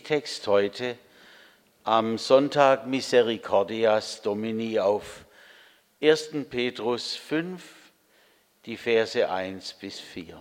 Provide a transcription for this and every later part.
Predigtext heute am Sonntag Misericordias Domini auf 1. Petrus 5, die Verse 1 bis 4.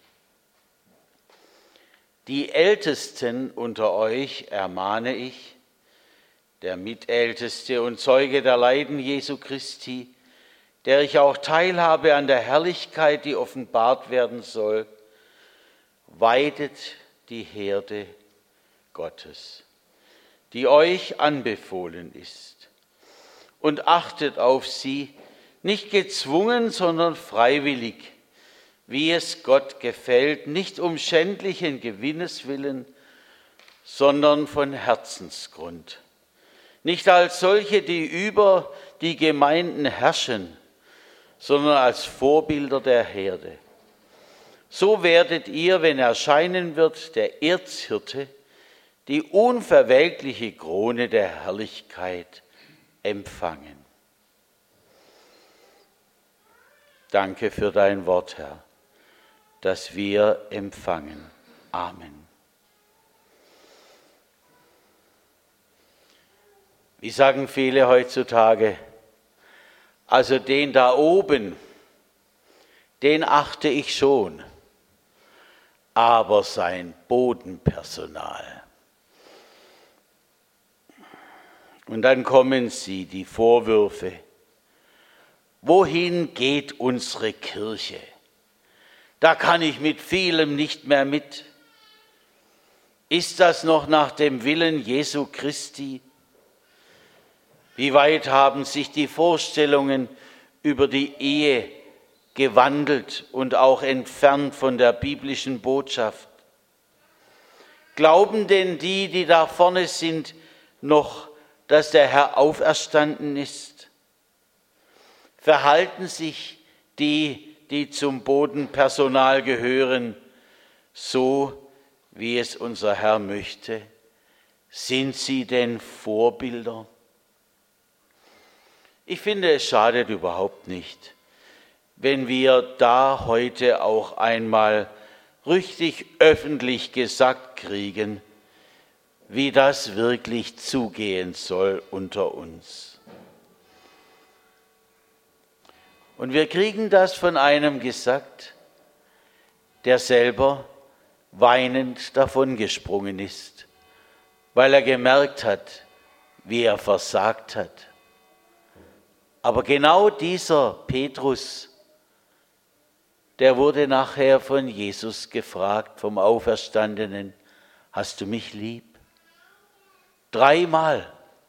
Die Ältesten unter euch ermahne ich, der Mitälteste und Zeuge der Leiden Jesu Christi, der ich auch teilhabe an der Herrlichkeit, die offenbart werden soll, weidet die Herde Gottes, die euch anbefohlen ist, und achtet auf sie, nicht gezwungen, sondern freiwillig, wie es Gott gefällt, nicht um schändlichen Gewinnes willen, sondern von Herzensgrund. Nicht als solche, die über die Gemeinden herrschen, sondern als Vorbilder der Herde. So werdet ihr, wenn erscheinen wird der Erzhirte, die unverwelkliche Krone der Herrlichkeit empfangen. Danke für dein Wort, Herr, das wir empfangen. Amen. Wie sagen viele heutzutage, also den da oben, den achte ich schon, aber sein Bodenpersonal. Und dann kommen sie, die Vorwürfe. Wohin geht unsere Kirche? Da kann ich mit vielem nicht mehr mit. Ist das noch nach dem Willen Jesu Christi? Wie weit haben sich die Vorstellungen über die Ehe gewandelt und auch entfernt von der biblischen Botschaft? Glauben denn die, die da vorne sind, noch, dass der Herr auferstanden ist? Verhalten sich die, die zum Bodenpersonal gehören, so, wie es unser Herr möchte? Sind sie denn Vorbilder? Ich finde, es schadet überhaupt nicht, wenn wir da heute auch einmal richtig öffentlich gesagt kriegen, wie das wirklich zugehen soll unter uns. Und wir kriegen das von einem gesagt, der selber weinend davongesprungen ist, weil er gemerkt hat, wie er versagt hat. Aber genau dieser Petrus, der wurde nachher von Jesus gefragt, vom Auferstandenen, hast du mich lieb? 3-mal.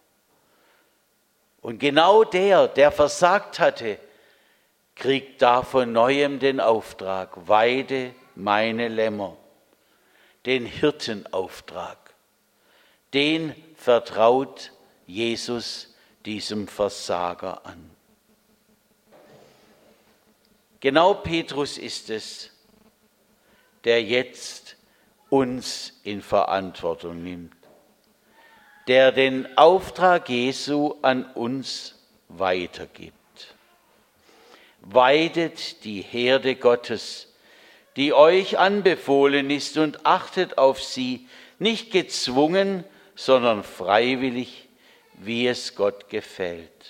Und genau der versagt hatte, kriegt da von Neuem den Auftrag, weide meine Lämmer, den Hirtenauftrag. Den vertraut Jesus diesem Versager an. Genau Petrus ist es, der jetzt uns in Verantwortung nimmt, der den Auftrag Jesu an uns weitergibt. Weidet die Herde Gottes, die euch anbefohlen ist, und achtet auf sie, nicht gezwungen, sondern freiwillig, wie es Gott gefällt.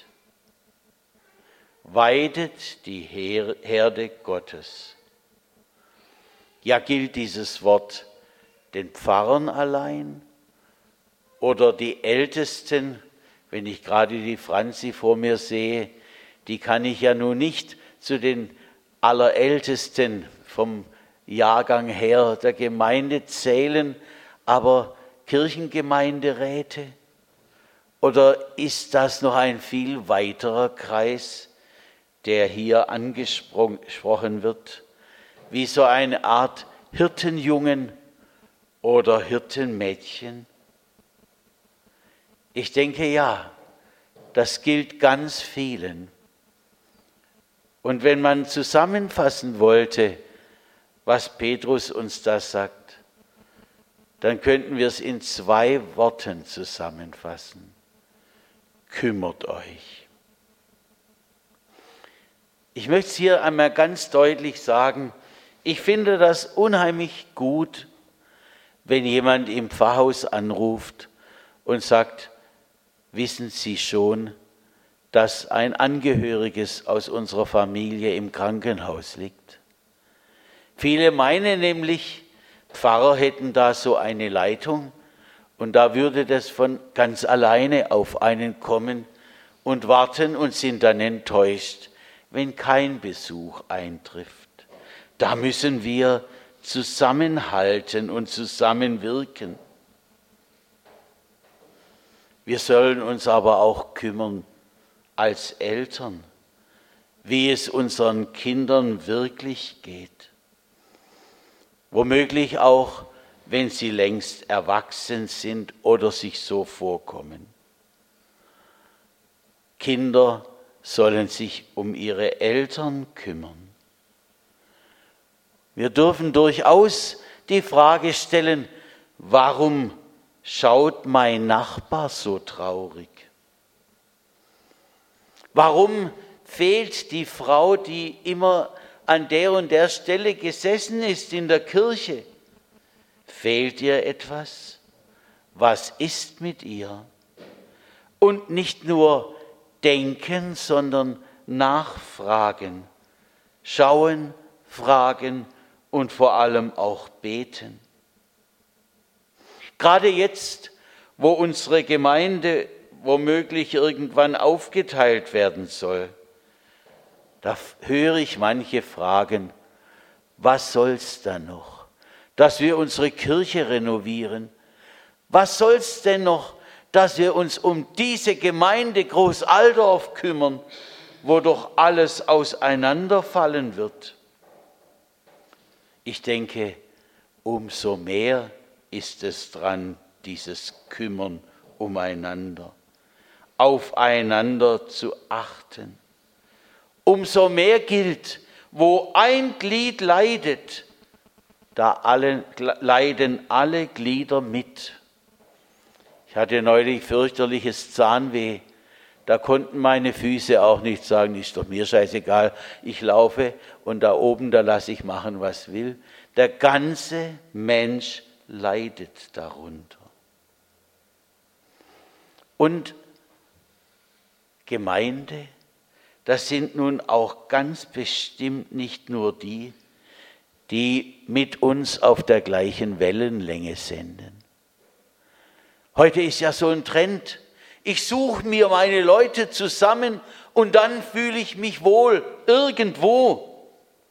Weidet die Herde Gottes. Ja, gilt dieses Wort den Pfarrern allein oder die Ältesten? Wenn ich gerade die Franzi vor mir sehe, die kann ich ja nun nicht zu den Allerältesten vom Jahrgang her der Gemeinde zählen, aber Kirchengemeinderäte? Oder ist das noch ein viel weiterer Kreis, der hier angesprochen wird, wie so eine Art Hirtenjungen oder Hirtenmädchen? Ich denke, ja, das gilt ganz vielen. Und wenn man zusammenfassen wollte, was Petrus uns da sagt, dann könnten wir es in 2 Worten zusammenfassen. Kümmert euch. Ich möchte es hier einmal ganz deutlich sagen, ich finde das unheimlich gut, wenn jemand im Pfarrhaus anruft und sagt, wissen Sie schon, dass ein Angehöriges aus unserer Familie im Krankenhaus liegt? Viele meinen nämlich, Pfarrer hätten da so eine Leitung und da würde das von ganz alleine auf einen kommen und warten und sind dann enttäuscht, wenn kein Besuch eintrifft. Da müssen wir zusammenhalten und zusammenwirken. Wir sollen uns aber auch kümmern als Eltern, wie es unseren Kindern wirklich geht. Womöglich auch, wenn sie längst erwachsen sind oder sich so vorkommen. Kinder sollen sich um ihre Eltern kümmern. Wir dürfen durchaus die Frage stellen, warum schaut mein Nachbar so traurig? Warum fehlt die Frau, die immer an der und der Stelle gesessen ist in der Kirche? Fehlt ihr etwas? Was ist mit ihr? Und nicht nur denken, sondern nachfragen, schauen, fragen und vor allem auch beten. Gerade jetzt, wo unsere Gemeinde womöglich irgendwann aufgeteilt werden soll, da höre ich manche fragen, was soll's da noch, dass wir unsere Kirche renovieren? Was soll's denn noch, dass wir uns um diese Gemeinde Großaldorf kümmern, wo doch alles auseinanderfallen wird? Ich denke, umso mehr ist es dran, dieses Kümmern umeinander, aufeinander zu achten. Umso mehr gilt, wo ein Glied leidet, da leiden alle Glieder mit. Ich hatte neulich fürchterliches Zahnweh. Da konnten meine Füße auch nicht sagen, ist doch mir scheißegal, ich laufe und da oben, da lasse ich machen, was will. Der ganze Mensch leidet darunter. Und Gemeinde, das sind nun auch ganz bestimmt nicht nur die, die mit uns auf der gleichen Wellenlänge senden. Heute ist ja so ein Trend, ich suche mir meine Leute zusammen und dann fühle ich mich wohl irgendwo.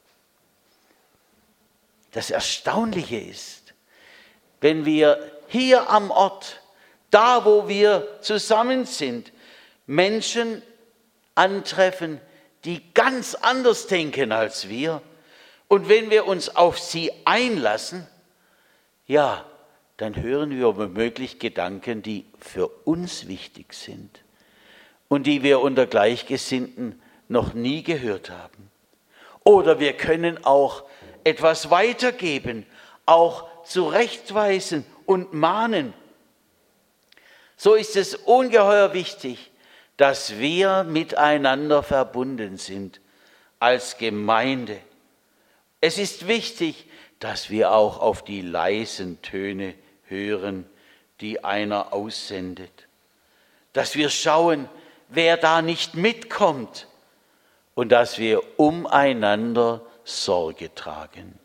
Das Erstaunliche ist, wenn wir hier am Ort, da wo wir zusammen sind, Menschen antreffen, die ganz anders denken als wir, und wenn wir uns auf sie einlassen, ja, dann hören wir womöglich Gedanken, die für uns wichtig sind und die wir unter Gleichgesinnten noch nie gehört haben. Oder wir können auch etwas weitergeben, auch zurechtweisen und mahnen. So ist es ungeheuer wichtig, dass wir miteinander verbunden sind als Gemeinde. Es ist wichtig, dass wir auch auf die leisen Töne hören, die einer aussendet. Dass wir schauen, wer da nicht mitkommt und dass wir umeinander Sorge tragen.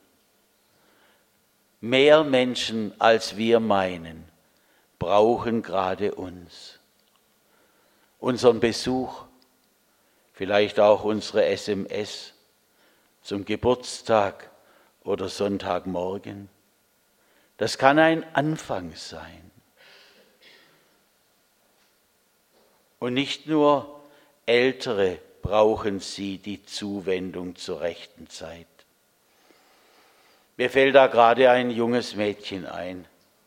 Mehr Menschen, als wir meinen, brauchen gerade uns. Unseren Besuch, vielleicht auch unsere SMS zum Geburtstag oder Sonntagmorgen. Das kann ein Anfang sein. Und nicht nur Ältere brauchen sie die Zuwendung zur rechten Zeit. Mir fällt da gerade ein junges Mädchen ein.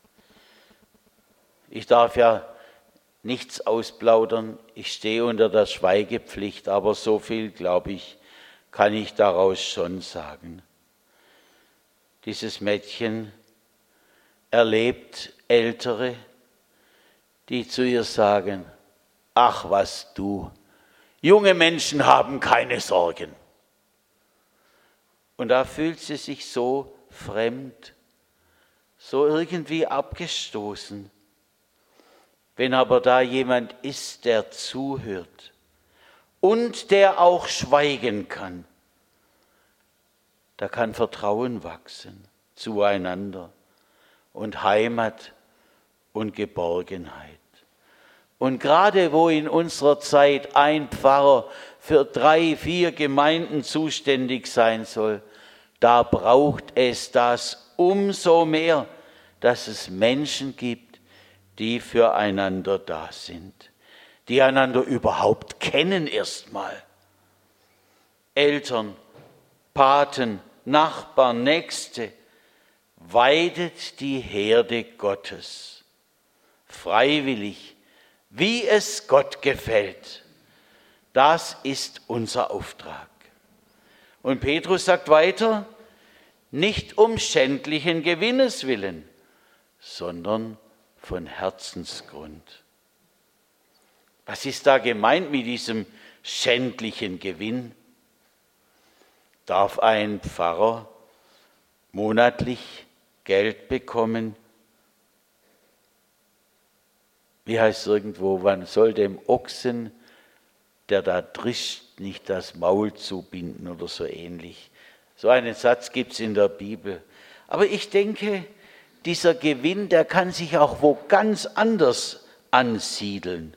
Ich darf ja nichts ausplaudern, ich stehe unter der Schweigepflicht, aber so viel, glaube ich, kann ich daraus schon sagen. Dieses Mädchen erlebt Ältere, die zu ihr sagen, ach was du, junge Menschen haben keine Sorgen. Und da fühlt sie sich so fremd, so irgendwie abgestoßen. Wenn aber da jemand ist, der zuhört und der auch schweigen kann, da kann Vertrauen wachsen zueinander und Heimat und Geborgenheit. Und gerade wo in unserer Zeit ein Pfarrer für 3, 4 Gemeinden zuständig sein soll, da braucht es das umso mehr, dass es Menschen gibt, die füreinander da sind, die einander überhaupt kennen erstmal. Eltern, Paten, Nachbarn, Nächste, weidet die Herde Gottes, freiwillig, wie es Gott gefällt. Das ist unser Auftrag. Und Petrus sagt weiter, nicht um schändlichen Gewinnes willen, sondern von Herzensgrund. Was ist da gemeint mit diesem schändlichen Gewinn? Darf ein Pfarrer monatlich Geld bekommen? Wie heißt es irgendwo, man soll dem Ochsen, der da drischt, nicht das Maul zubinden oder so ähnlich. So einen Satz gibt es in der Bibel. Aber ich denke, dieser Gewinn, der kann sich auch wo ganz anders ansiedeln.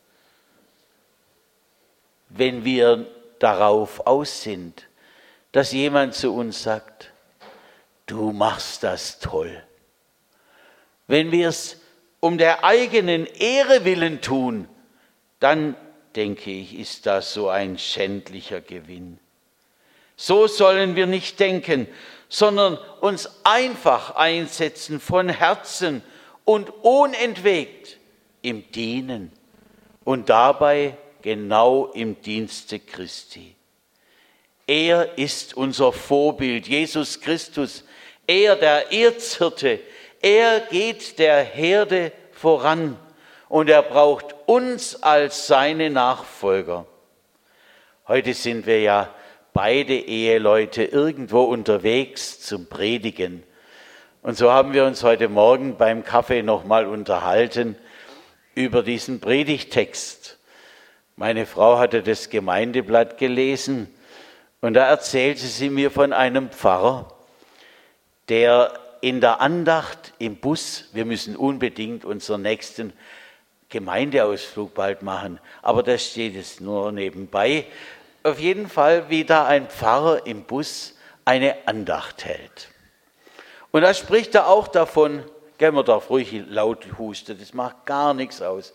Wenn wir darauf aus sind, dass jemand zu uns sagt, du machst das toll. Wenn wir es um der eigenen Ehre willen tun, dann denke ich, ist das so ein schändlicher Gewinn. So sollen wir nicht denken, sondern uns einfach einsetzen von Herzen und unentwegt im Dienen und dabei genau im Dienste Christi. Er ist unser Vorbild, Jesus Christus, er der Erzhirte, er geht der Herde voran und er braucht uns als seine Nachfolger. Heute sind wir ja beide Eheleute irgendwo unterwegs zum Predigen. Und so haben wir uns heute Morgen beim Kaffee nochmal unterhalten über diesen Predigtext. Meine Frau hatte das Gemeindeblatt gelesen und da erzählte sie mir von einem Pfarrer, der in der Andacht im Bus, wir müssen unbedingt unseren nächsten Gemeindeausflug bald machen, aber das steht jetzt nur nebenbei, auf jeden Fall, wie da ein Pfarrer im Bus eine Andacht hält. Und da spricht er auch davon, man darf ruhig laut husten, das macht gar nichts aus.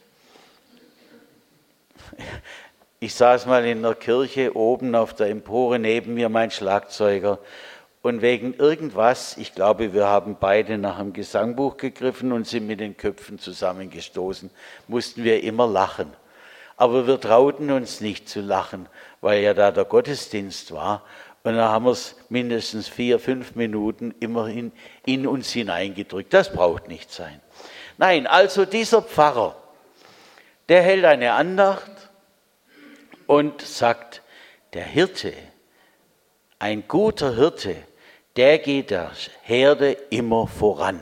Ich saß mal in der Kirche oben auf der Empore, neben mir mein Schlagzeuger. Und wegen irgendwas, ich glaube, wir haben beide nach dem Gesangbuch gegriffen und sind mit den Köpfen zusammengestoßen, mussten wir immer lachen. Aber wir trauten uns nicht zu lachen, weil ja da der Gottesdienst war. Und da haben wir es mindestens 4, 5 Minuten immerhin in uns hineingedrückt. Das braucht nicht sein. Nein, also dieser Pfarrer, der hält eine Andacht und sagt, der Hirte, ein guter Hirte, der geht der Herde immer voran.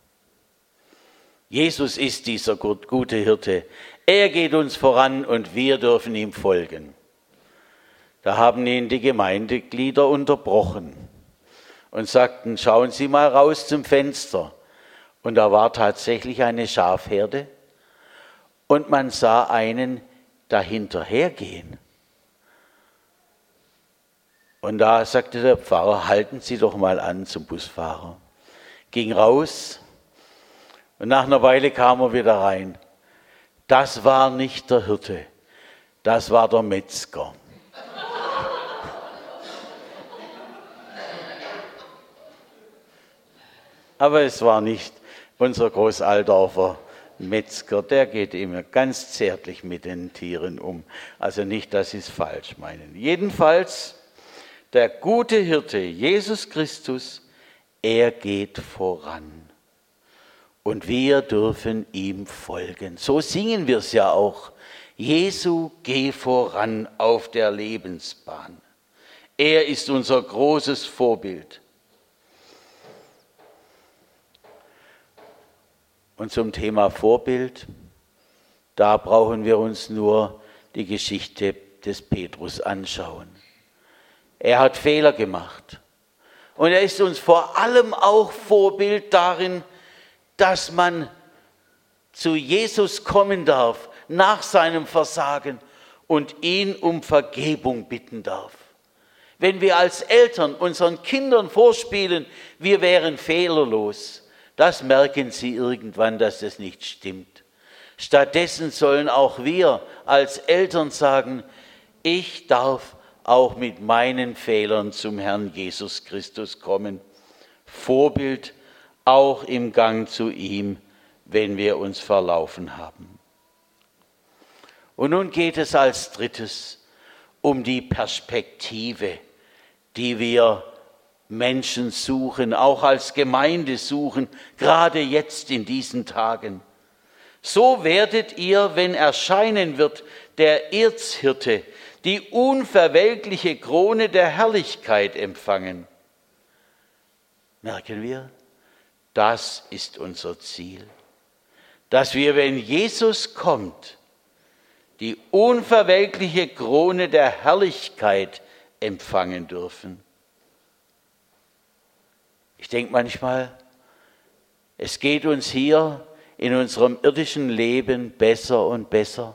Jesus ist dieser gute Hirte. Er geht uns voran und wir dürfen ihm folgen. Da haben ihn die Gemeindeglieder unterbrochen und sagten, schauen Sie mal raus zum Fenster. Und da war tatsächlich eine Schafherde und man sah einen dahinterhergehen. Und da sagte der Pfarrer, halten Sie doch mal an zum Busfahrer. Ging raus und nach einer Weile kam er wieder rein. Das war nicht der Hirte, das war der Metzger. Aber es war nicht unser Großalldorfer Metzger, der geht immer ganz zärtlich mit den Tieren um. Also nicht, dass Sie es falsch meinen. Jedenfalls, der gute Hirte, Jesus Christus, er geht voran. Und wir dürfen ihm folgen. So singen wir es ja auch. Jesu, geh voran auf der Lebensbahn. Er ist unser großes Vorbild. Und zum Thema Vorbild, da brauchen wir uns nur die Geschichte des Petrus anschauen. Er hat Fehler gemacht. Und er ist uns vor allem auch Vorbild darin, dass man zu Jesus kommen darf nach seinem Versagen und ihn um Vergebung bitten darf. Wenn wir als Eltern unseren Kindern vorspielen, wir wären fehlerlos, das merken sie irgendwann, dass das nicht stimmt. Stattdessen sollen auch wir als Eltern sagen, ich darf auch mit meinen Fehlern zum Herrn Jesus Christus kommen. Vorbild auch im Gang zu ihm, wenn wir uns verlaufen haben. Und nun geht es als drittes um die Perspektive, die wir Menschen suchen, auch als Gemeinde suchen, gerade jetzt in diesen Tagen. So werdet ihr, wenn erscheinen wird der Erzhirte, die unverwelkliche Krone der Herrlichkeit empfangen. Merken wir, das ist unser Ziel, dass wir, wenn Jesus kommt, die unverwelkliche Krone der Herrlichkeit empfangen dürfen. Ich denke manchmal, es geht uns hier in unserem irdischen Leben besser und besser.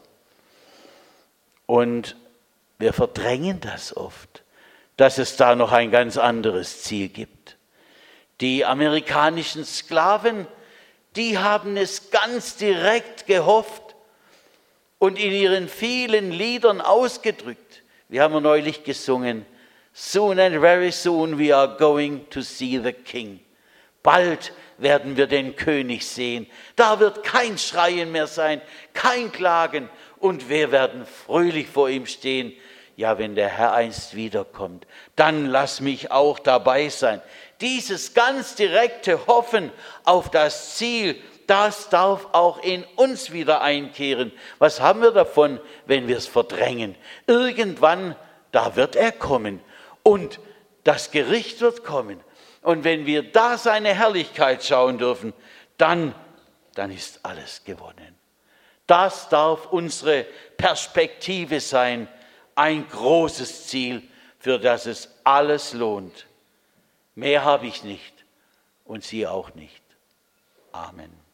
Und wir verdrängen das oft, dass es da noch ein ganz anderes Ziel gibt. Die amerikanischen Sklaven, die haben es ganz direkt gehofft und in ihren vielen Liedern ausgedrückt. Wir haben neulich gesungen, soon and very soon we are going to see the King. Bald werden wir den König sehen. Da wird kein Schreien mehr sein, kein Klagen und wir werden fröhlich vor ihm stehen. Ja, wenn der Herr einst wiederkommt, dann lass mich auch dabei sein. Dieses ganz direkte Hoffen auf das Ziel, das darf auch in uns wieder einkehren. Was haben wir davon, wenn wir es verdrängen? Irgendwann, da wird er kommen und das Gericht wird kommen. Und wenn wir da seine Herrlichkeit schauen dürfen, dann ist alles gewonnen. Das darf unsere Perspektive sein, ein großes Ziel, für das es alles lohnt. Mehr habe ich nicht und Sie auch nicht. Amen.